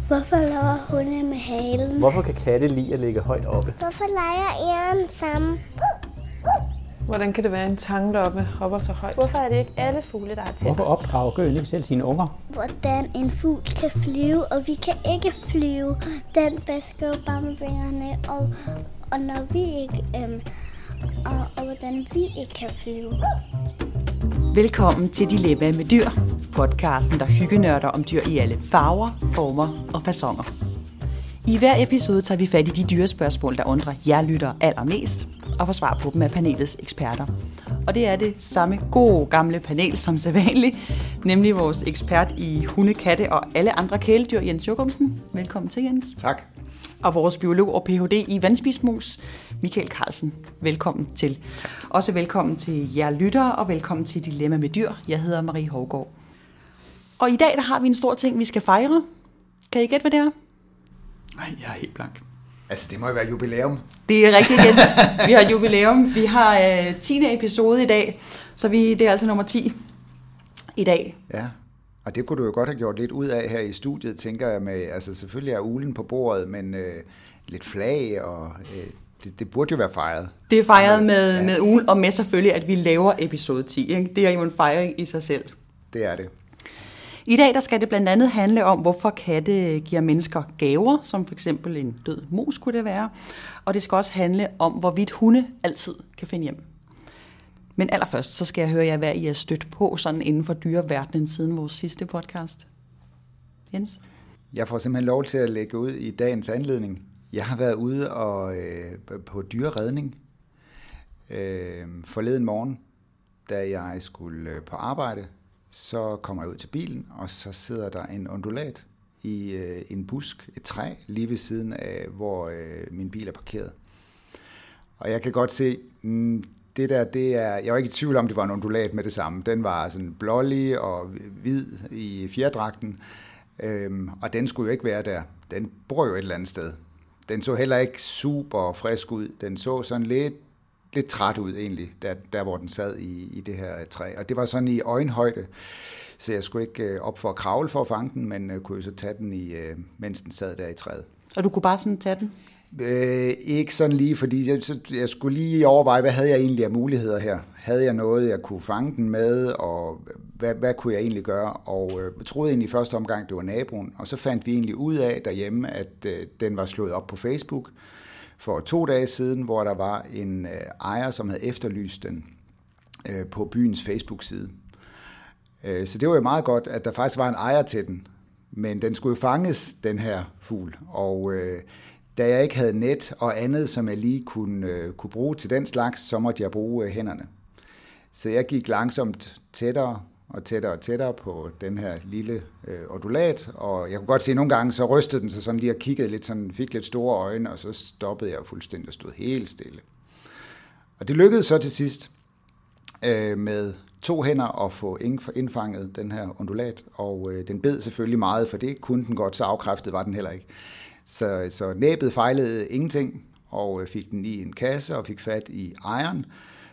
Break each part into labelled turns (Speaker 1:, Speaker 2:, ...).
Speaker 1: Hvorfor laver hunde med halen?
Speaker 2: Hvorfor kan katte lide at ligge højt oppe?
Speaker 1: Hvorfor leger æren sammen?
Speaker 3: Hvordan kan det være, en tange deroppe hopper så højt?
Speaker 4: Hvorfor er det ikke alle fugle, der har tænder?
Speaker 5: Hvorfor opdrager gøen ikke selv sine unger?
Speaker 1: Hvordan en fugl kan flyve, og vi kan ikke flyve. Den basker jo bare med vingerne, og når vi ikke, og hvordan vi ikke kan flyve.
Speaker 6: Velkommen til Dilemma med dyr, podcasten, der hyggenørder om dyr i alle farver, former og faconer. I hver episode tager vi fat i de dyrespørgsmål, der undrer jer lyttere allermest, og får svar på dem af panelets eksperter. Og det er det samme gode gamle panel som sædvanligt, nemlig vores ekspert i hunde, katte og alle andre kæledyr, Jens Jokumsen. Velkommen til, Jens.
Speaker 7: Tak.
Speaker 6: Og vores biolog og Ph.D. i vandspismus, Michael Carlsen. Velkommen til. Tak. Også velkommen til jer lyttere, og velkommen til Dilemma med dyr. Jeg hedder Marie Hovgaard. Og i dag der har vi en stor ting, vi skal fejre. Kan I gætte, hvad det er?
Speaker 7: Nej, jeg er helt blank. Altså, det må jo være jubilæum.
Speaker 6: Det er rigtigt, Jens. Vi har jubilæum. Vi har 10. episode i dag, så det er altså nummer 10 i dag.
Speaker 7: Ja, og det kunne du jo godt have gjort lidt ud af her i studiet, tænker jeg med. Altså, selvfølgelig er ulen på bordet, men lidt flag, og det burde jo være fejret.
Speaker 6: Det er fejret med ulen, og med selvfølgelig, at vi laver episode 10. Ikke? Det er jo en fejring i sig selv.
Speaker 7: Det er det.
Speaker 6: I dag der skal det blandt andet handle om, hvorfor katte giver mennesker gaver, som for eksempel en død mus kunne det være. Og det skal også handle om, hvorvidt hunde altid kan finde hjem. Men allerførst, så skal jeg høre jer, hvad I har stødt på sådan inden for dyreverdenen siden vores sidste podcast. Jens?
Speaker 7: Jeg får simpelthen lov til at lægge ud i dagens anledning. Jeg har været ude på dyreredning forleden morgen, da jeg skulle på arbejde. Så kommer jeg ud til bilen, og så sidder der en undulat i en busk, et træ, lige ved siden af, hvor min bil er parkeret. Og jeg kan godt se, det er, jeg var ikke i tvivl om, det var en undulat med det samme. Den var sådan blålig og hvid i fjerdragten, og den skulle jo ikke være der. Den bor jo et eller andet sted. Den så heller ikke super frisk ud. Den så sådan lidt træt ud egentlig, der hvor den sad i det her træ. Og det var sådan i øjenhøjde, så jeg skulle ikke op for at kravle for at fange den, men kunne jo så tage den, mens den sad der i træet.
Speaker 6: Og du kunne bare sådan tage den?
Speaker 7: Ikke sådan lige, fordi jeg skulle lige overveje, hvad havde jeg egentlig af muligheder her? Havde jeg noget, jeg kunne fange den med, og hvad kunne jeg egentlig gøre? Og jeg troede egentlig i første omgang, det var naboen, og så fandt vi egentlig ud af derhjemme, at den var slået op på Facebook for 2 dage siden, hvor der var en ejer, som havde efterlyst den på byens Facebook-side. Så det var jo meget godt, at der faktisk var en ejer til den, men den skulle jo fanges, den her fugl. Og da jeg ikke havde net og andet, som jeg lige kunne bruge til den slags, så måtte jeg bruge hænderne. Så jeg gik langsomt tættere og tættere på den her lille undulat, og jeg kunne godt se, at nogle gange så rystede den sig sådan lige og kiggede lidt, sådan, fik lidt store øjne, og så stoppede jeg fuldstændig og stod helt stille. Og det lykkedes så til sidst med 2 hænder at få indfanget den her undulat, og den bed selvfølgelig meget, for det kunne den godt, så afkræftet var den heller ikke. Så næbet fejlede ingenting, og fik den i en kasse og fik fat i ejeren,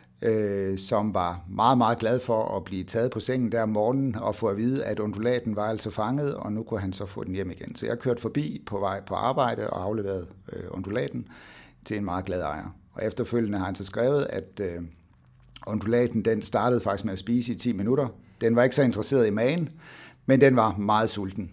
Speaker 7: som var meget, meget glad for at blive taget på sengen der om morgenen og få at vide, at undulaten var altså fanget, og nu kunne han så få den hjem igen. Så jeg kørte forbi på vej på arbejde og afleverede undulaten til en meget glad ejer. Og efterfølgende har han så skrevet, at undulaten den startede faktisk med at spise i 10 minutter. Den var ikke så interesseret i magen, men den var meget sulten.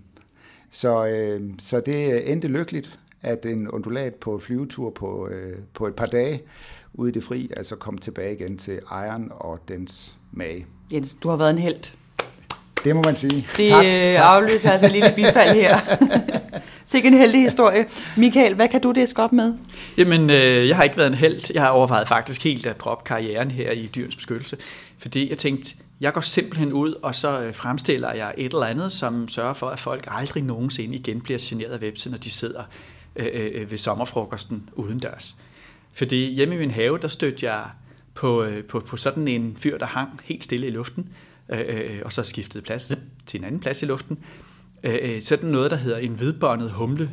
Speaker 7: Så det endte lykkeligt, at en undulat på flyvetur på et par dage ude i det fri, altså kom tilbage igen til ejeren og dens mage.
Speaker 6: Jens, du har været en helt.
Speaker 7: Det må man sige.
Speaker 6: Det afløser altså et lille bifald her. Sikke en heldig historie. Michael, hvad kan du diske op med?
Speaker 2: Jamen, jeg har ikke været en helt. Jeg har overvejet faktisk helt at droppe karrieren her i Dyrenes Beskyttelse, fordi jeg tænkte, jeg går simpelthen ud, og så fremstiller jeg et eller andet, som sørger for, at folk aldrig nogensinde igen bliver generet af hvepse, når de sidder ved sommerfrokosten udendørs. Fordi hjemme i min have, der stødte jeg på sådan en fyr, der hang helt stille i luften, og så skiftede plads til en anden plads i luften. Sådan noget, der hedder en hvidbåndet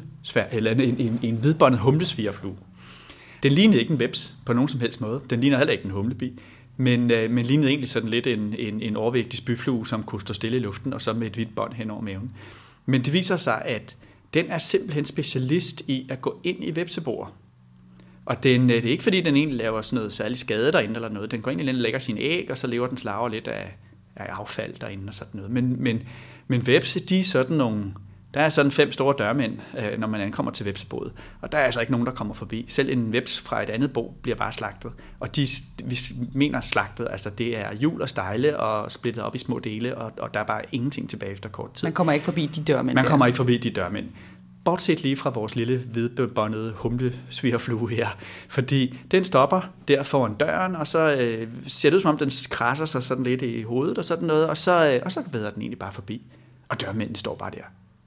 Speaker 2: en hvidbåndet humlesvigerflue. Den lignede ikke en hveps på nogen som helst måde. Den ligner heller ikke en humlebi. Men lignede egentlig sådan lidt en overvægtig spyflue, som kunne stå stille i luften, og så med et hvidt bånd hen over maven. Men det viser sig, at den er simpelthen specialist i at gå ind i hvepseboer. Og det er ikke fordi, den egentlig laver sådan noget særlig skade derinde eller noget. Den går ind og lægger sine æg, og så lever den slaver lidt af affald derinde og sådan noget. Men hvepse, de er sådan nogle... Der er sådan 5 store dørmænd, når man ankommer til hvepseboet. Og der er altså ikke nogen, der kommer forbi. Selv en hveps fra et andet bo bliver bare slagtet. Og vi mener slagtet, altså det er hjul og stejle og splittet op i små dele, og der er bare ingenting tilbage efter kort tid.
Speaker 6: Man kommer ikke forbi de dørmænd.
Speaker 2: Man kommer ikke forbi de dørmænd. Bortset lige fra vores lille hvidbåndede humlesvigerflue her. Fordi den stopper der foran døren, og så ser det ud som om, den krasser sig sådan lidt i hovedet og sådan noget, og så væder den egentlig bare forbi. Og dørmændene står bare der.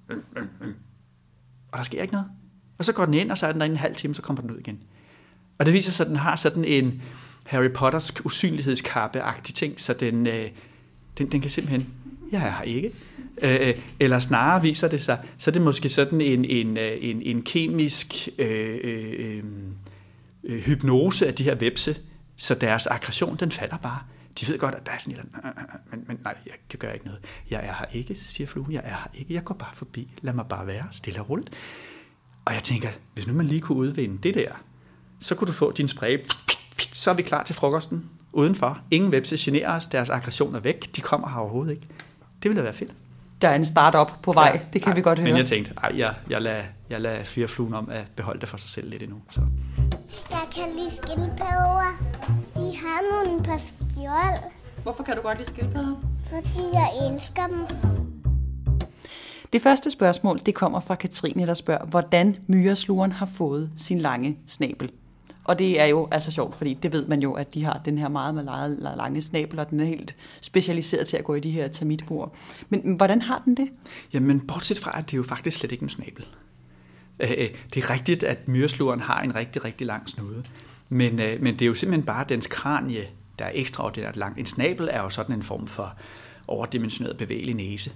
Speaker 2: Og der sker ikke noget. Og så går den ind, og så er den der en halv time, så kommer den ud igen. Og det viser sig, at den har sådan en Harry Potters usynlighedskappe-agtig ting, så den kan simpelthen, jeg er her ikke. Eller snarere viser det sig, så er det måske sådan en kemisk hypnose af de her hvepse, så deres aggression, den falder bare. De ved godt, at der er sådan et men nej, jeg kan gøre ikke noget. Jeg er her ikke, siger fluen. Jeg er her ikke. Jeg går bare forbi. Lad mig bare være stille og roligt. Og jeg tænker, hvis nu man lige kunne udvinde det der, så kunne du få din spray. Så er vi klar til frokosten udenfor. Ingen hvepse generer os. Deres aggression er væk. De kommer her overhovedet ikke. Det ville da være fedt.
Speaker 6: Der er en start-up på vej. Ja, det kan vi godt høre.
Speaker 2: Men jeg tænkte, jeg lader svigerfluen om at beholde det for sig selv lidt endnu. Så.
Speaker 1: Jeg kan lide skildpadder. De har nogle par skjold.
Speaker 6: Hvorfor kan du godt lide skildpadder?
Speaker 1: Fordi jeg elsker dem.
Speaker 6: Det første spørgsmål, det kommer fra Katrine, der spørger, hvordan myreslugeren har fået sin lange snabel. Og det er jo altså sjovt, fordi det ved man jo, at de har den her meget lange snabel, og den er helt specialiseret til at gå i de her termitboer. Men hvordan har den det?
Speaker 2: Jamen, bortset fra, at det er jo faktisk slet ikke en snabel. Det er rigtigt, at myreslugeren har en rigtig, rigtig lang snude. Men det er jo simpelthen bare dens kranie, der er ekstraordinært lang. En snabel er jo sådan en form for overdimensioneret bevægelig næse.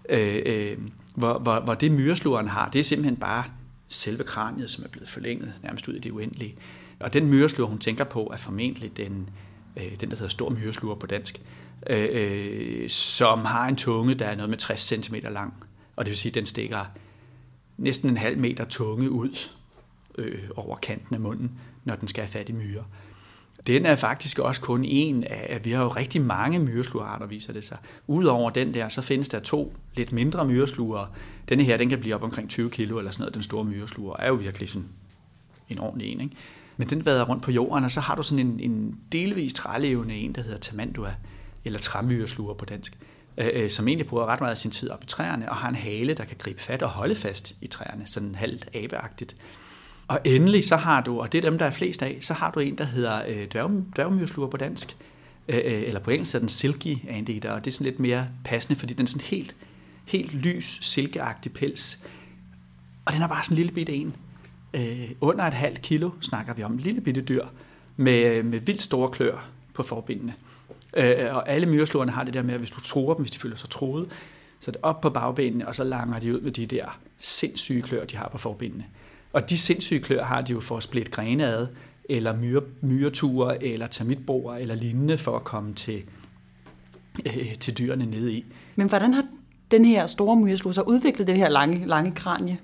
Speaker 2: Hvor det myreslugeren har, det er simpelthen bare selve kraniet, som er blevet forlænget nærmest ud i det uendelige. Og den myresluger, hun tænker på, er formentlig den der hedder stor myresluger på dansk, som har en tunge, der er noget med 60 cm lang. Og det vil sige, at den stikker næsten en halv meter tunge ud over kanten af munden, når den skal have fat i myrer. Den er faktisk også kun en af, vi har jo rigtig mange myreslugerarter, viser det sig. Udover den der, så findes der 2 lidt mindre myreslugere. Denne her, den kan blive op omkring 20 kilo eller sådan noget. Den store myresluger er jo virkelig sådan en ordentlig en, ikke? Men den vader rundt på jorden, og så har du sådan en delvis trælevende en, der hedder tamandua, eller træmyresluger på dansk, som egentlig bruger ret meget af sin tid op i træerne, og har en hale, der kan gribe fat og holde fast i træerne, sådan halvt abeagtigt. Og endelig så har du, og det er dem, der er flest af, så har du en, der hedder dværgmyresluger på dansk, eller på engelsk er den silky anteater, og det er sådan lidt mere passende, fordi den er sådan helt lys, silkeagtig pels. Og den er bare sådan en lille bitte en. Under et halvt kilo snakker vi om en lille bitte dyr, med vildt store klør på forbindene. Og alle myreslugerne har det der med, at hvis du truer dem, hvis de føler sig truet, så er det op på bagbenene, og så langer de ud med de der sindssyge klør, de har på forbindene. Og de sindssyge klør har de jo for at splitte grene ad, eller myreture, eller termitboer, eller lignende, for at komme til dyrene nede i.
Speaker 6: Men hvordan har den her store myresluger så udviklet det her lange kranie?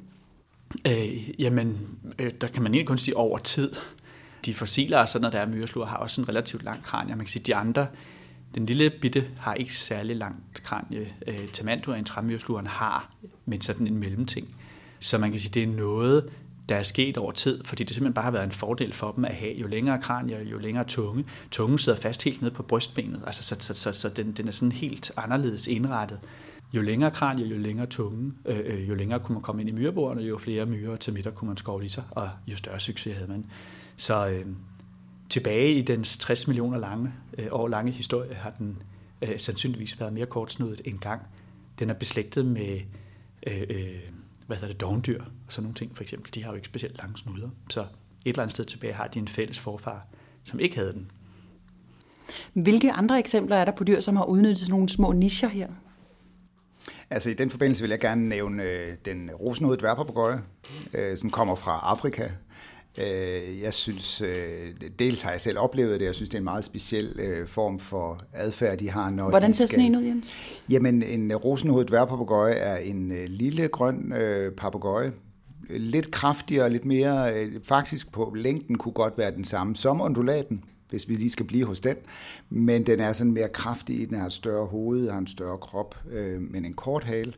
Speaker 2: Der kan man egentlig kun sige over tid. De fossiler og sådan noget, der er myresluger, har også en relativt lang kranie. Man kan sige, de andre, den lille bitte, har ikke særlig langt kranie. Tamandua, en træmyreslugeren, har, men sådan en mellemting. Så man kan sige, det er noget, der er sket over tid, fordi det simpelthen bare har været en fordel for dem at have jo længere kranie, jo længere tunge. Tungen sidder fast helt ned på brystbenet, altså så den er sådan helt anderledes indrettet. Jo længere kranie, jo længere tunge, jo længere kunne man komme ind i myrebordene, jo flere myrer og termitter kunne man skovle i sig, og jo større succes havde man. Så tilbage i dens 60 millioner år lange historie har den sandsynligvis været mere kortsnudet end gang. Den er beslægtet med dovendyr og sådan nogle ting for eksempel. De har jo ikke specielt lange snuder, så et eller andet sted tilbage har de en fælles forfar, som ikke havde den.
Speaker 6: Hvilke andre eksempler er der på dyr, som har udnyttet nogle små nicher her?
Speaker 7: Altså i den forbindelse vil jeg gerne nævne den rosenhodede dværgpapegøje, som kommer fra Afrika. Jeg synes, dels har jeg selv oplevet det, jeg synes, det er en meget speciel form for adfærd, de har, når
Speaker 6: Hvordan
Speaker 7: de
Speaker 6: ser sådan en ud, Jens?
Speaker 7: Jamen, en rosenhovedet dværgpapegøje er en lille grøn papegøje. Lidt kraftigere, lidt mere, faktisk på længden kunne godt være den samme som undulaten, hvis vi lige skal blive hos den. Men den er sådan mere kraftig, den har et større hoved, har en større krop, men en kort hale,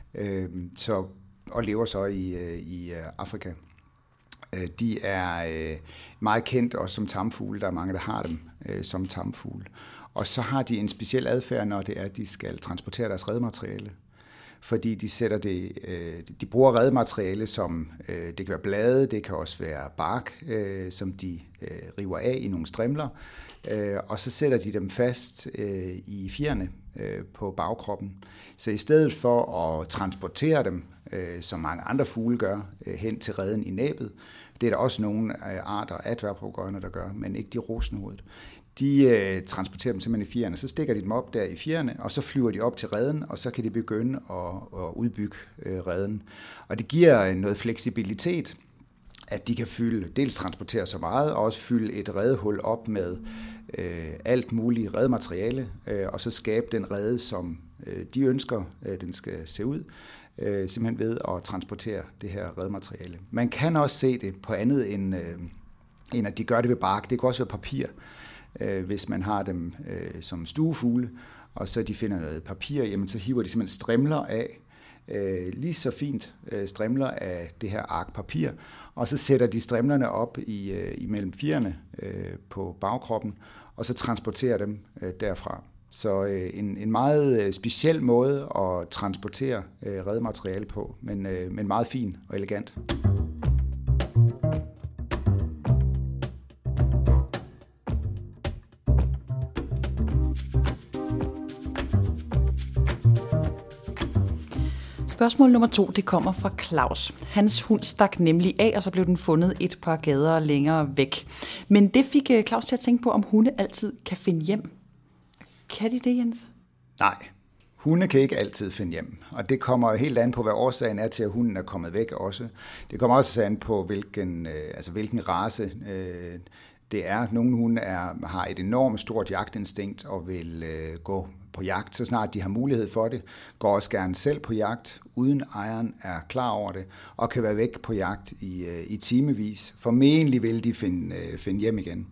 Speaker 7: og lever så i Afrika. De er meget kendt også som tamfugle. Der er mange, der har dem som tamfugle. Og så har de en speciel adfærd, når det er, at de skal transportere deres redemateriale. Fordi de bruger redemateriale som, det kan være blade, det kan også være bark, som de river af i nogle strimler. Og så sætter de dem fast i fjerne på bagkroppen. Så i stedet for at transportere dem, som mange andre fugle gør, hen til reden i næbet, det er der også nogle arter af dværgpapegøjer, der gør, men ikke de rosenhovedet. De transporterer dem simpelthen i fjerne, så stikker de dem op der i fjerne, og så flyver de op til reden, og så kan de begynde at udbygge reden. Og det giver noget fleksibilitet, at de kan dels transportere så meget, og også fylde et redehul op med alt muligt redemateriale, og så skabe den rede, som de ønsker, den skal se ud, simpelthen ved at transportere det her redemateriale. Man kan også se det på andet end at de gør det ved bark. Det kan også være papir, hvis man har dem som stuefugle, og så de finder noget papir, jamen så hiver de simpelthen strimler af, lige så fint strimler af det her ark papir, og så sætter de strimlerne op imellem fjerne på bagkroppen, og så transporterer dem derfra. Så en meget speciel måde at transportere redemateriale på, men meget fin og elegant.
Speaker 6: Spørgsmål nummer 2, det kommer fra Claus. Hans hund stak nemlig af, og så blev den fundet et par gader længere væk. Men det fik Claus til at tænke på, om hunde altid kan finde hjem. Kan de det, Jens? Nej.
Speaker 7: Hunde kan ikke altid finde hjem, og det kommer helt an på, hvad årsagen er til, at hunden er kommet væk også. Det kommer også an på, hvilken race det er. Nogle hunde har et enormt stort jagtinstinkt og vil gå på jagt, så snart de har mulighed for det. Går også gerne selv på jagt, uden ejeren er klar over det, og kan være væk på jagt i timevis. Formentlig vil de finde hjem igen.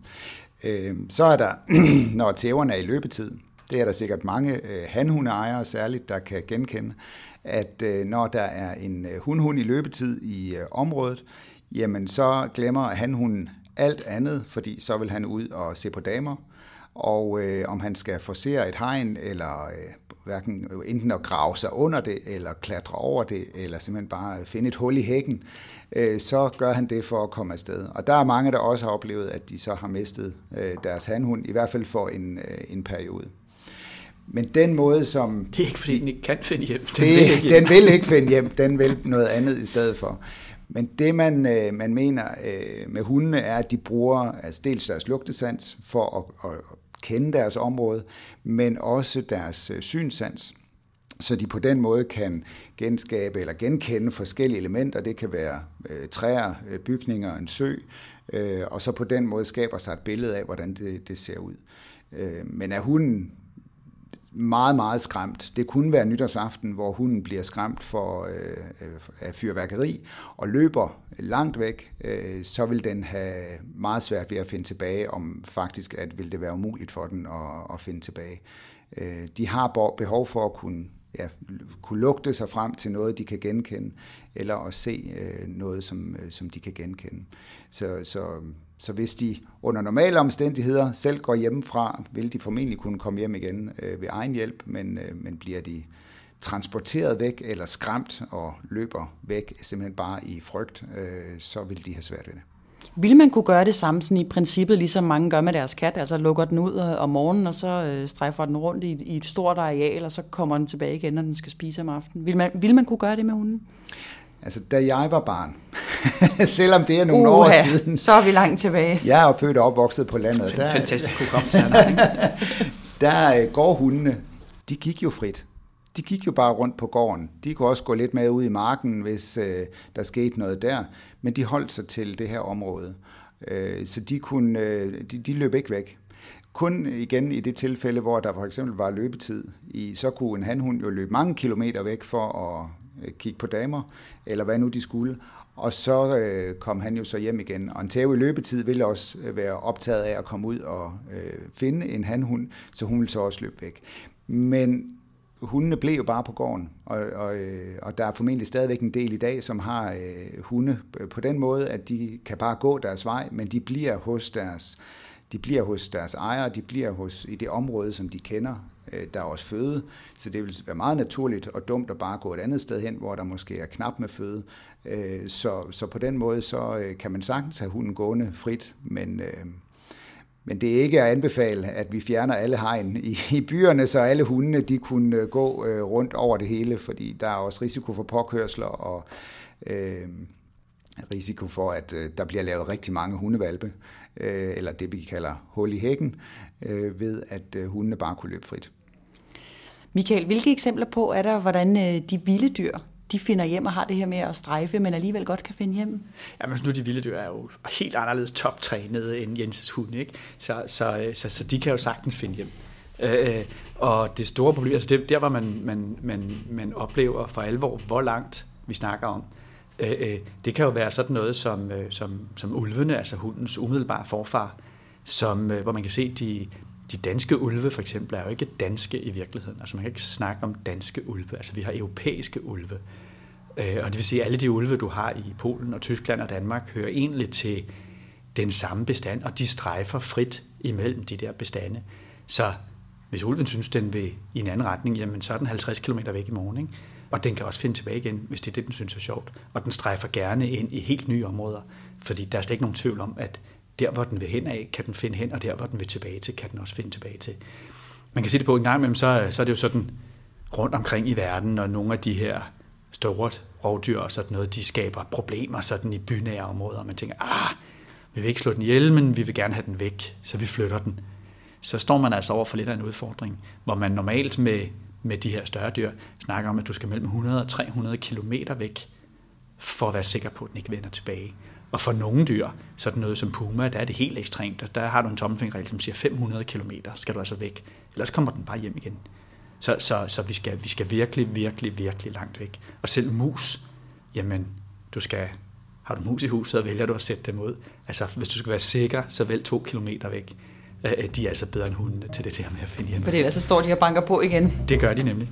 Speaker 7: Så er der, når tæverne er i løbetid, det er der sikkert mange hanhundeejere særligt, der kan genkende, at når der er en hunhund i løbetid i området, jamen så glemmer hanhunden alt andet, fordi så vil han ud og se på damer, og om han skal forcere et hegn, eller hverken enten at grave sig under det, eller klatre over det, eller simpelthen bare finde et hul i hækken, så gør han det for at komme afsted. Og der er mange, der også har oplevet, at de så har mistet deres hanhund, i hvert fald for en periode. Men den måde, som...
Speaker 2: Det er ikke, fordi den ikke kan finde hjem.
Speaker 7: Den vil ikke finde hjem, den vil noget andet i stedet for. Men det, man mener med hundene, er, at de bruger dels deres lugtesans for at kende deres område, men også deres synssans, så de på den måde kan genskabe eller genkende forskellige elementer. Det kan være træer, bygninger, en sø, og så på den måde skaber sig et billede af, hvordan det ser ud. Men er hunden meget, meget skræmt? Det kunne være nytårsaften, hvor hunden bliver skræmt af fyrværkeri og løber langt væk, så vil den have meget svært ved at finde tilbage, om faktisk vil det være umuligt for den at finde tilbage. De har behov for at kunne lugte sig frem til noget, de kan genkende, eller at se noget, som de kan genkende. Så hvis de under normale omstændigheder selv går hjemmefra, vil de formentlig kunne komme hjem igen ved egen hjælp, men bliver de transporteret væk eller skræmt og løber væk simpelthen bare i frygt, så vil de have svært ved det.
Speaker 6: Ville man kunne gøre det samme sådan i princippet, ligesom mange gør med deres kat, altså lukker den ud om morgenen, og så strejfer den rundt i et stort areal, og så kommer den tilbage igen, når den skal spise om aftenen? Ville man kunne gøre det med hunden?
Speaker 7: Altså, da jeg var barn, selvom det er nogle år siden...
Speaker 6: Så er vi langt tilbage.
Speaker 7: Jeg er født og opvokset på landet.
Speaker 2: Fantastisk hukommelse.
Speaker 7: Der går hundene, de gik jo frit. de gik jo bare rundt på gården. De kunne også gå lidt med ud i marken, hvis der skete noget der, men de holdt sig til det her område. Så de løb ikke væk. Kun igen i det tilfælde, hvor der for eksempel var løbetid, så kunne en hanhund jo løbe mange kilometer væk for at kigge på damer, eller hvad nu de skulle. Og så kom han jo så hjem igen. Og en tæve i løbetid ville også være optaget af at komme ud og finde en hanhund, så hun ville så også løbe væk. Men hundene blev jo bare på gården, og der er formentlig stadigvæk en del i dag, som har hunde på den måde, at de kan bare gå deres vej, men de bliver hos deres ejere, de bliver i det område, som de kender. Der er også føde, så det vil være meget naturligt og dumt at bare gå et andet sted hen, hvor der måske er knap med føde. Så på den måde så kan man sagtens have hunden gående frit, men det er ikke at anbefale, at vi fjerner alle hegn i byerne, så alle hundene de kunne gå rundt over det hele, fordi der er også risiko for påkørsler og risiko for, at der bliver lavet rigtig mange hundevalpe, eller det vi kalder hul i hækken, ved at hundene bare kunne løbe frit.
Speaker 6: Michael, hvilke eksempler på er der, hvordan de vilde dyr, de finder hjem og har det her med at strejfe, men alligevel godt kan finde hjem?
Speaker 2: Jamen, nu de vilde dyr er jo helt anderledes toptrænede end Jenses hund, ikke? Så de kan jo sagtens finde hjem. Og det store problem, altså det der, hvor man oplever for alvor, hvor langt vi snakker om, det kan jo være sådan noget som ulvene, altså hundens umiddelbare forfar, hvor man kan se, de danske ulve for eksempel er jo ikke danske i virkeligheden. Altså man kan ikke snakke om danske ulve. Altså vi har europæiske ulve. Og det vil sige, at alle de ulve, du har i Polen og Tyskland og Danmark, hører egentlig til den samme bestand, og de strejfer frit imellem de der bestande. Så hvis ulven synes, den vil i en anden retning, jamen så er den 50 km væk i morgen, ikke? Og den kan også finde tilbage igen, hvis det er det, den synes er sjovt. Og den strejfer gerne ind i helt nye områder, fordi der er slet ikke nogen tvivl om, at der, hvor den vil hen af, kan den finde hen, og der, hvor den vil tilbage til, kan den også finde tilbage til. Man kan sige det på en gang imellem, så er det jo sådan rundt omkring i verden, og nogle af de her store rovdyr og sådan noget, de skaber problemer sådan i bynære områder, og man tænker, vi vil ikke slå den ihjel, men vi vil gerne have den væk, så vi flytter den. Så står man altså over for lidt af en udfordring, hvor man normalt med de her større dyr snakker om, at du skal mellem 100 og 300 kilometer væk, for at være sikker på, at den ikke vender tilbage. Og for nogle dyr, sådan noget som puma, der er det helt ekstremt. Der har du en tommelfingerregel, som siger 500 kilometer skal du altså væk. Ellers kommer den bare hjem igen. Så vi skal virkelig, virkelig, virkelig langt væk. Og selv mus, jamen, har du mus i huset, så vælger du at sætte dem ud. Altså, hvis du skal være sikker, så vælg 2 kilometer væk. De er altså bedre end hundene til det der med at finde hjem.
Speaker 6: For ellers så står de og banker på igen.
Speaker 2: Det gør de nemlig.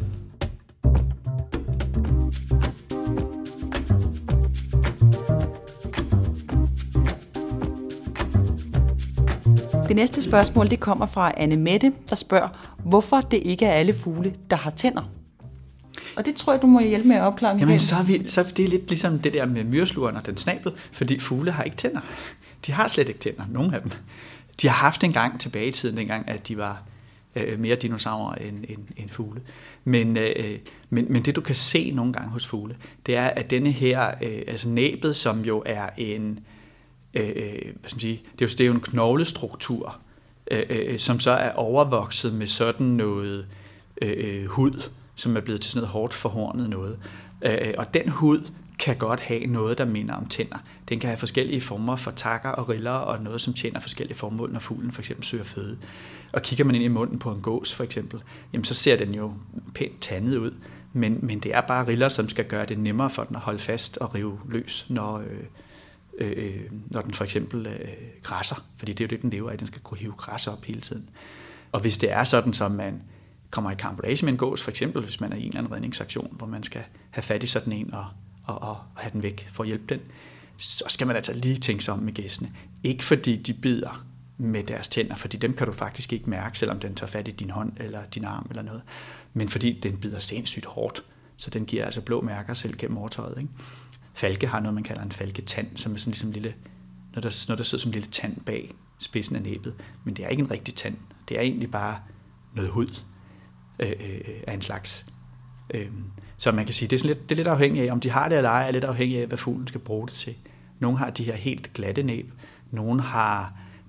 Speaker 6: Det næste spørgsmål, det kommer fra Anne Mette, der spørger, hvorfor det ikke er alle fugle, der har tænder. Og det tror jeg, du må hjælpe med at opklare, Michael.
Speaker 2: Jamen, så er det lidt ligesom det der med myreslugeren og den snabel, fordi fugle har ikke tænder. De har slet ikke tænder, nogle af dem. De har haft en gang tilbage i tiden, dengang at de var mere dinosaurer end fugle. Men det, du kan se nogle gange hos fugle, det er, at denne her, altså næbet, som jo er en, hvad skal man sige, det er jo en knoglestruktur, som så er overvokset med sådan noget hud, som er blevet til sådan noget hårdt forhornet noget. Og den hud kan godt have noget, der minder om tænder. Den kan have forskellige former for takker og riller, og noget, som tjener forskellige formål, når fuglen for eksempel søger føde. Og kigger man ind i munden på en gås for eksempel, jamen så ser den jo pænt tandet ud, men det er bare riller, som skal gøre det nemmere for den at holde fast og rive løs, når den for eksempel græsser, fordi det er jo det, den lever af, den skal kunne hive græs op hele tiden. Og hvis det er sådan, som man kommer i karambolage med en gås, for eksempel hvis man er i en eller anden redningsaktion, hvor man skal have fat i sådan en og have den væk for at hjælpe den, så skal man altså lige tænke sig om med gæssene. Ikke fordi de bider med deres tænder, fordi dem kan du faktisk ikke mærke, selvom den tager fat i din hånd eller din arm eller noget, men fordi den bider sindssygt hårdt, så den giver altså blå mærker selv gennem overtøjet, ikke? Falke har noget, man kalder en falketand, som er sådan ligesom lille, når der sidder som en lille tand bag spidsen af næbet, men det er ikke en rigtig tand, det er egentlig bare noget hud af en slags. Så man kan sige, det er lidt afhængigt af, om de har det eller ej, er lidt afhængigt af, hvad fuglen skal bruge det til. Nogle har de her helt glatte næb, nogle har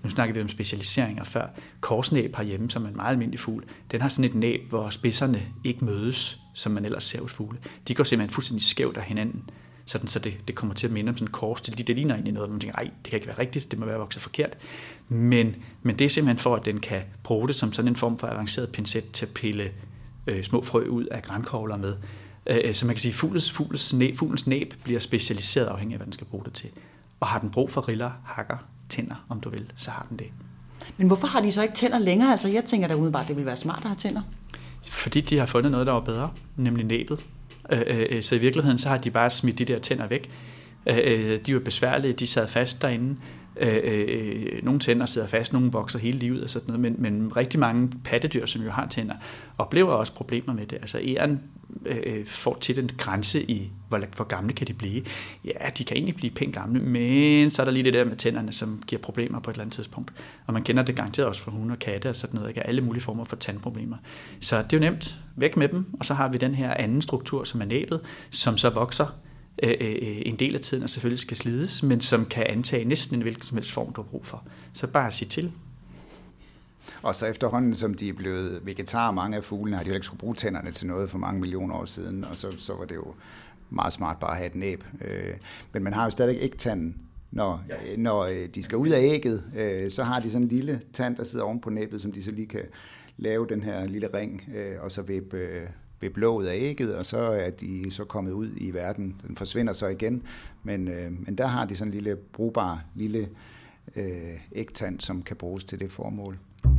Speaker 2: Nu snakker vi om specialiseringer før. Korsnæb herhjemme, som er en meget almindelig fugl, den har sådan et næb, hvor spidserne ikke mødes, som man ellers ser hos fugle. De går simpelthen fuldstændig skævt af hinanden, sådan så det kommer til at minde om sådan en kors. Det ligner egentlig noget, hvor man tænker, ej, det kan ikke være rigtigt, det må være vokset forkert. Men det er simpelthen for, at den kan bruge det som sådan en form for avanceret pincet til at pille små frø ud af grankogler med. Så man kan sige, at fuglens næb bliver specialiseret afhængig af, hvad den skal bruge det til. Og har den brug for riller, hakker, tænder, om du vil, så har den det.
Speaker 6: Men hvorfor har de så ikke tænder længere? Altså jeg tænker da umiddelbart, det ville være smart at have tænder.
Speaker 2: Fordi de har fundet noget, der var bedre, nemlig næbet. Så i virkeligheden så har de bare smidt de der tænder væk. De var besværlige, de sad fast derinde. Nogle tænder sidder fast, nogle vokser hele livet og sådan noget, men rigtig mange pattedyr, som jo har tænder, oplever også problemer med det. Altså æren får tit en grænse i, hvor gamle kan de blive. Ja, de kan egentlig blive pænt gamle, men så er der lige det der med tænderne, som giver problemer på et eller andet tidspunkt. Og man kender det garanteret også fra hunde og katte og sådan noget, ikke? Alle mulige former for tandproblemer. Så det er jo nemt, væk med dem, og så har vi den her anden struktur, som er næbet, som så vokser en del af tiden og selvfølgelig skal slides, men som kan antage næsten en hvilken som helst form, du har brug for. Så bare sig til.
Speaker 7: Og så efterhånden, som de er blevet vegetarer, mange af fuglene, har de jo ikke skulle bruge tænderne til noget for mange millioner år siden, og så var det jo meget smart bare at have et næb. Men man har jo stadigvæk ægtanden. Når de skal ud af ægget, så har de sådan en lille tand, der sidder oven på næbet, som de så lige kan lave den her lille ring, og så ved låget af ægget, og så er de så kommet ud i verden. Den forsvinder så igen, men der har de sådan en lille brugbar lille ægtand, som kan bruges til det formål.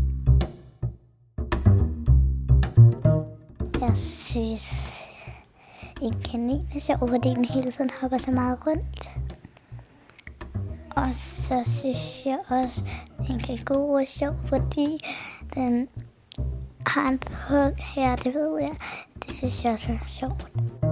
Speaker 1: Jeg synes, en kanin er sjov, fordi den hele tiden hopper så meget rundt. Og så synes jeg også, en kænguru er sjov, fordi den har en pung her, det ved jeg. Det synes jeg også er sjovt.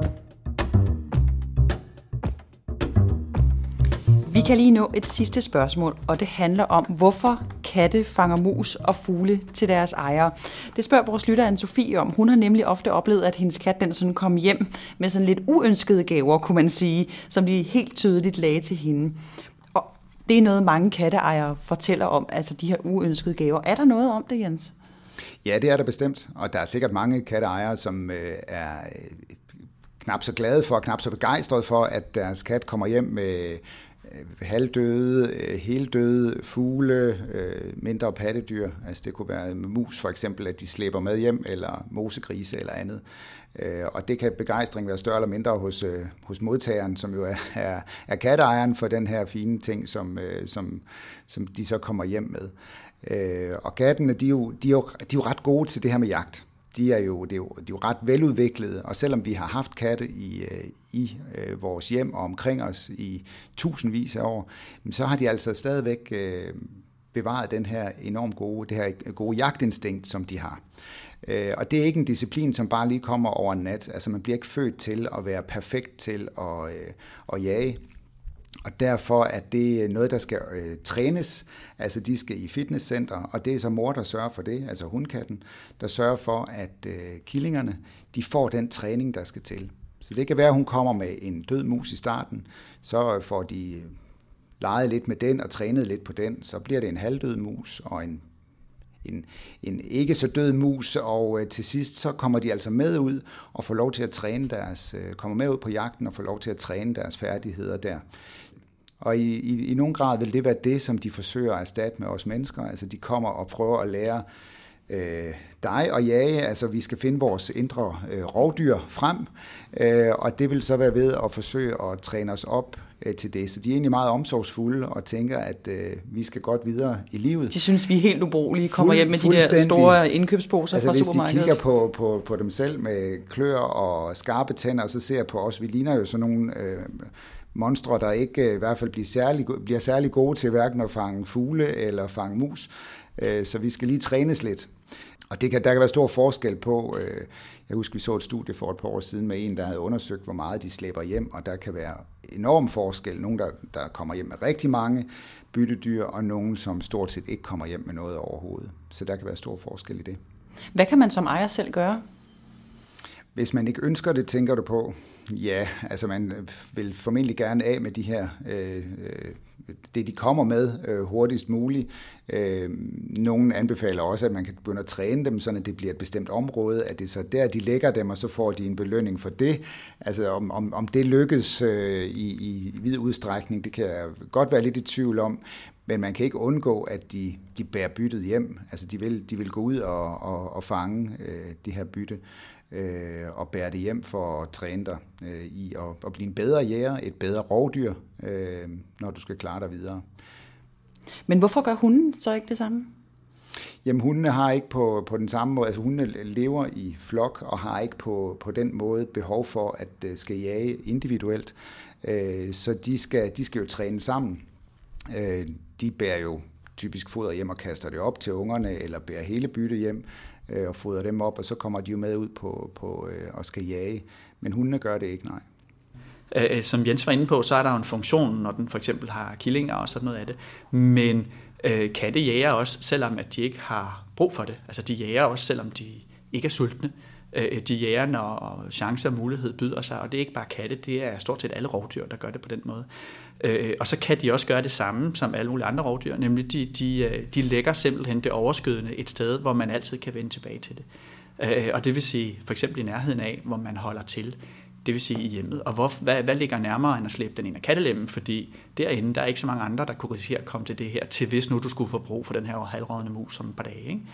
Speaker 6: Vi kan lige nå et sidste spørgsmål, og det handler om, hvorfor katte fanger mus og fugle til deres ejere. Det spørger vores lytter Anne-Sophie om. Hun har nemlig ofte oplevet, at hendes kat den sådan kom hjem med sådan lidt uønskede gaver, kunne man sige, som de helt tydeligt lagde til hende. Og det er noget, mange katteejere fortæller om, altså de her uønskede gaver. Er der noget om det, Jens?
Speaker 7: Ja, det er der bestemt, og der er sikkert mange katteejere, som er knap så glade for, knap så begejstrede for, at deres kat kommer hjem med halvdøde, heldøde fugle, mindre pattedyr. Altså det kunne være mus for eksempel, at de slæber med hjem, eller mosegrise eller andet. Og det kan begejstring være større eller mindre hos modtageren, som jo er katteejeren for den her fine ting, som de så kommer hjem med. Og kattene, de er jo ret gode til det her med jagt. De er jo ret veludviklede, og selvom vi har haft katte i vores hjem og omkring os i tusindvis af år, så har de altså stadigvæk bevaret det her gode jagtinstinkt, som de har. Og det er ikke en disciplin, som bare lige kommer over en nat. Altså man bliver ikke født til at være perfekt til at jage. Og derfor er det noget, der skal trænes. Altså de skal i fitnesscenter, og det er så mor, der sørger for det, altså hundkatten, der sørger for, at killingerne, de får den træning, der skal til. Så det kan være, at hun kommer med en død mus i starten, så får de leget lidt med den og trænet lidt på den, så bliver det en halvdød mus og en ikke så død mus, og til sidst så kommer de altså med ud og får lov til at træne kommer med ud på jagten og får lov til at træne deres færdigheder der. Og i nogen grad vil det være det, som de forsøger at erstatte med os mennesker. Altså de kommer og prøver at lære dig at jage. Altså vi skal finde vores indre rovdyr frem, og det vil så være ved at forsøge at træne os op til det. Så de er egentlig meget omsorgsfulde og tænker, at vi skal godt videre i livet.
Speaker 6: De synes, vi er helt ubrugelige, kommer hjem med de der store indkøbsposer fra supermarkedet.
Speaker 7: Hvis de kigger på dem selv med klør og skarpe tænder, og så ser på os, vi ligner jo sådan nogle monstre, der ikke i hvert fald bliver særlig gode til hverken at fange fugle eller fange mus. Så vi skal lige trænes lidt. Og der kan være stor forskel på, jeg husker, vi så et studie for et par år siden med en, der havde undersøgt, hvor meget de slæber hjem, og der kan være enorm forskel. Nogle, der kommer hjem med rigtig mange byttedyr, og nogen, som stort set ikke kommer hjem med noget overhovedet. Så der kan være stor forskel i det.
Speaker 6: Hvad kan man som ejer selv gøre?
Speaker 7: Hvis man ikke ønsker det, tænker du på? Ja, altså man vil formentlig gerne af med de her det de kommer med hurtigst muligt. Nogen anbefaler også, at man kan begynde at træne dem, sådan at det bliver et bestemt område, at det så der, de lægger dem, og så får de en belønning for det. Altså om det lykkes i vid udstrækning, det kan jeg godt være lidt i tvivl om, men man kan ikke undgå, at de bærer byttet hjem. Altså de vil gå ud og fange det her bytte, og bære det hjem for at træne dig i at blive en bedre jæger, et bedre rovdyr, når du skal klare dig videre.
Speaker 6: Men hvorfor gør hunden så ikke det samme?
Speaker 7: Jamen hundene har ikke på den samme måde, altså hundene lever i flok og har ikke på den måde behov for at skal jage individuelt, så de skal jo træne sammen. De bærer jo typisk foder hjem og kaster det op til ungerne, eller bærer hele byttet hjem og fodrer dem op, og så kommer de jo med ud på og skal jage. Men hundene gør det ikke, nej.
Speaker 2: Som Jens var inde på, så er der jo en funktion, når den for eksempel har killinger og sådan noget af det. Men katte jager også, selvom at de ikke har brug for det. Altså de jager også, selvom de ikke er sultne. De jager, når chance og mulighed byder sig, og det er ikke bare katte, det er stort set alle rovdyr, der gør det på den måde. Og så kan de også gøre det samme som alle mulige andre rovdyr, nemlig de lægger simpelthen det overskydende et sted, hvor man altid kan vende tilbage til det. Og det vil sige for eksempel i nærheden af, hvor man holder til, det vil sige i hjemmet. Og hvad ligger nærmere end at slæbe den ind af kattelemmen, fordi derinde, der er ikke så mange andre, der kunne risikere at komme til det her, til hvis nu du skulle få brug for den her halvrådne mus om et par dage, ikke?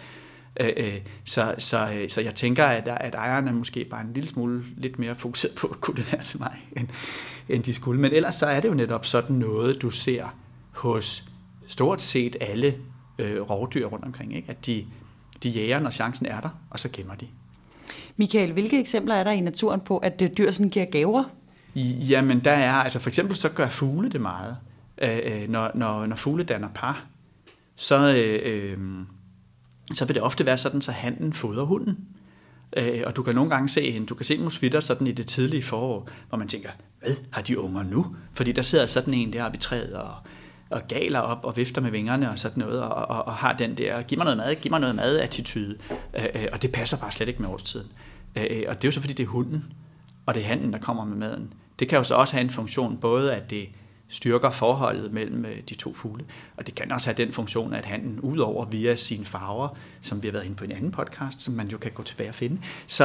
Speaker 2: Så jeg tænker, at ejerne måske bare en lille smule lidt mere fokuseret på at kunne det her til mig, end de skulle. Men ellers så er det jo netop sådan noget, du ser hos stort set alle rovdyr rundt omkring, ikke? At de jager, når chancen er der, og så gemmer de.
Speaker 6: Michael, hvilke eksempler er der i naturen på, at dyr sådan giver gaver?
Speaker 2: Jamen, der er, altså for eksempel så gør fugle det meget. Når fugle danner par, så vil det ofte være sådan, så hannen fodrer hunden. Og du kan nogle gange se hende, du kan se musvitter sådan i det tidlige forår, hvor man tænker, hvad har de unger nu? Fordi der sidder sådan en der oppe i træet og galer op og vifter med vingerne og sådan noget, og har den der, giv mig noget mad attitude. Og det passer bare slet ikke med årstiden. Og det er jo så fordi, det er hunden, og det er hannen, der kommer med maden. Det kan jo så også have en funktion, både at det styrker forholdet mellem de to fugle, og det kan også have den funktion, at hannen udover via sine farver, som vi har været inde på en anden podcast, som man jo kan gå tilbage og finde,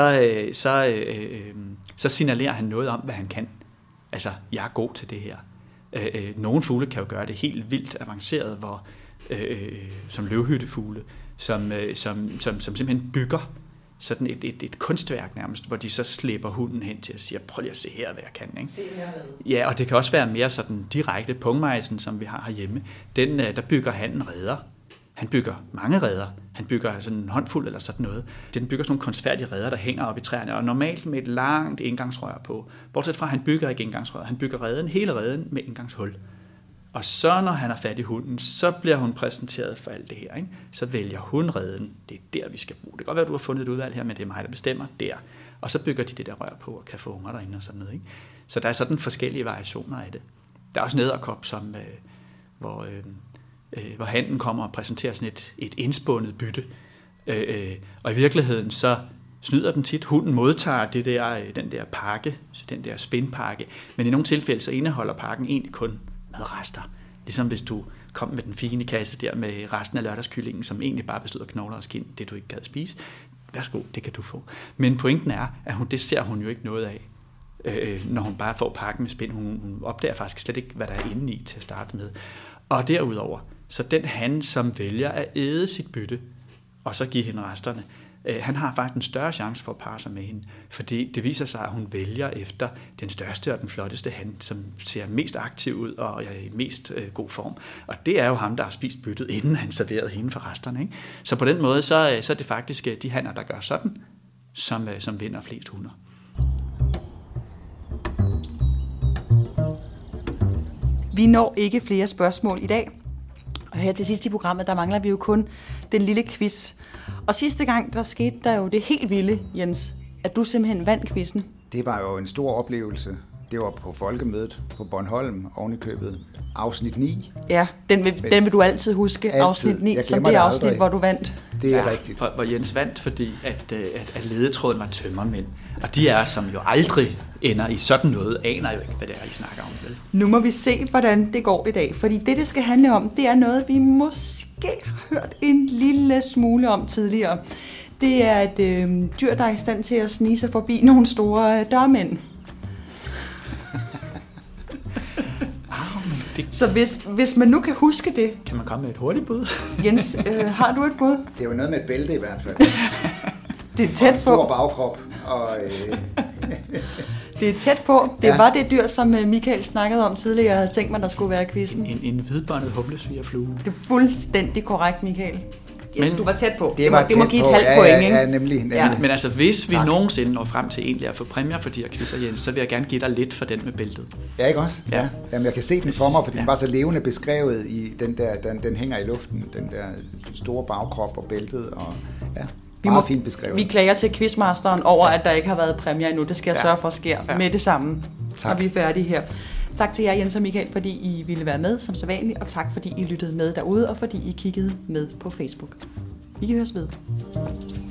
Speaker 2: så signalerer han noget om, hvad han kan. Altså, jeg er god til det her. Nogle fugle kan jo gøre det helt vildt avanceret, som løvhyttefugle, som simpelthen bygger sådan et kunstværk nærmest, hvor de så slæber hunden hen til at sige, prøv lige at se her, hvad jeg kan. Ikke? Ja, og det kan også være mere sådan direkte pungmejsen, som vi har herhjemme. Der bygger hannen reder. Han bygger mange reder. Han bygger sådan en håndfuld eller sådan noget. Den bygger sådan nogle kunstfærdige reder, der hænger op i træerne, og normalt med et langt indgangsrør på. Bortset fra, han bygger ikke indgangsrør. Han bygger reden, hele reden med indgangshul. Og så når han er fat i hunden, så bliver hun præsenteret for alt det her. Ikke? Så vælger hun reden. Det er der, vi skal bruge. Det kan godt være, at du har fundet et udvalg her, men det er mig, der bestemmer der. Og så bygger de det der rør på og kan få unger derinde og sådan noget. Ikke? Så der er sådan forskellige variationer af det. Der er også en edderkop, hvor hannen kommer og præsenterer sådan et indspundet bytte. Og i virkeligheden så snyder den tit. Hunden modtager den der pakke, den der spindpakke, men i nogle tilfælde så indeholder pakken egentlig kun madrester. Ligesom hvis du kom med den fine kasse der med resten af lørdagskyllingen, som egentlig bare bestod af knogler og skind, det du ikke gad spise. Værsgo, det kan du få. Men pointen er, at det ser hun jo ikke noget af, når hun bare får pakken med spind. Hun opdager faktisk slet ikke, hvad der er inde i til at starte med. Og derudover, så den han, som vælger at æde sit bytte, og så give hende resterne, han har faktisk en større chance for at parre sig med hende, fordi det viser sig, at hun vælger efter den største og den flotteste han, som ser mest aktiv ud og er i mest god form. Og det er jo ham, der har spist byttet, inden han serverede hende for resterne. Ikke? Så på den måde, så er det faktisk de hanner, der gør sådan, som vinder flest hunder.
Speaker 6: Vi når ikke flere spørgsmål i dag. Og her til sidst i programmet, der mangler vi jo kun den lille quiz. Og sidste gang, der skete der jo det helt vilde, Jens, at du simpelthen vandt quizzen.
Speaker 7: Det var jo en stor oplevelse. det var på Folkemødet på Bornholm, ovenikøbet, afsnit 9.
Speaker 6: Ja, den vil du altid huske, altid. Afsnit 9, som det afsnit, aldrig. Hvor du vandt.
Speaker 7: Det er rigtigt.
Speaker 2: Hvor Jens vandt, fordi at ledetråden var tømmermænd. Og de er, som jo aldrig ender i sådan noget, aner jo ikke, hvad det er, I snakker om. Vel?
Speaker 6: Nu må vi se, hvordan det går i dag. Fordi det skal handle om, det er noget, vi måske har hørt en lille smule om tidligere. Det er et dyr, der er i stand til at snige sig forbi nogle store dørmænd. Så hvis man nu kan huske det...
Speaker 2: Kan man komme med et hurtigt bud?
Speaker 6: Jens, har du et bud?
Speaker 7: Det er jo noget med et bælte i hvert fald.
Speaker 6: Det er tæt på.
Speaker 7: Stor bagkrop. Og,
Speaker 6: Det er tæt på. Det var det dyr, som Michael snakkede om tidligere, jeg havde tænkt mig, der skulle være i quizzen.
Speaker 2: En hvidbåndet humlesvigerflue.
Speaker 6: Det er fuldstændig korrekt, Michael. Jens, du var tæt på.
Speaker 7: Det må give
Speaker 6: et halvt point, ikke?
Speaker 7: Ja, nemlig.
Speaker 2: Ja. Men altså, hvis vi nogensinde når frem til egentlig at få præmier for de her quizzer, Jens, så vil jeg gerne give dig lidt for den med bæltet.
Speaker 7: Ja, ikke også?
Speaker 2: Ja.
Speaker 7: Jamen, jeg kan se den for mig, fordi den var så levende beskrevet i den der, den hænger i luften, den der store bagkrop og bæltet, og meget fint beskrevet.
Speaker 6: Vi klager til quizmasteren over, at der ikke har været præmier endnu. Det skal jeg sørge for at sker med det samme, når vi er færdige her. Tak til jer, Jens og Michael, fordi I ville være med som sædvanligt, og tak fordi I lyttede med derude, og fordi I kiggede med på Facebook. Vi kan høres ved.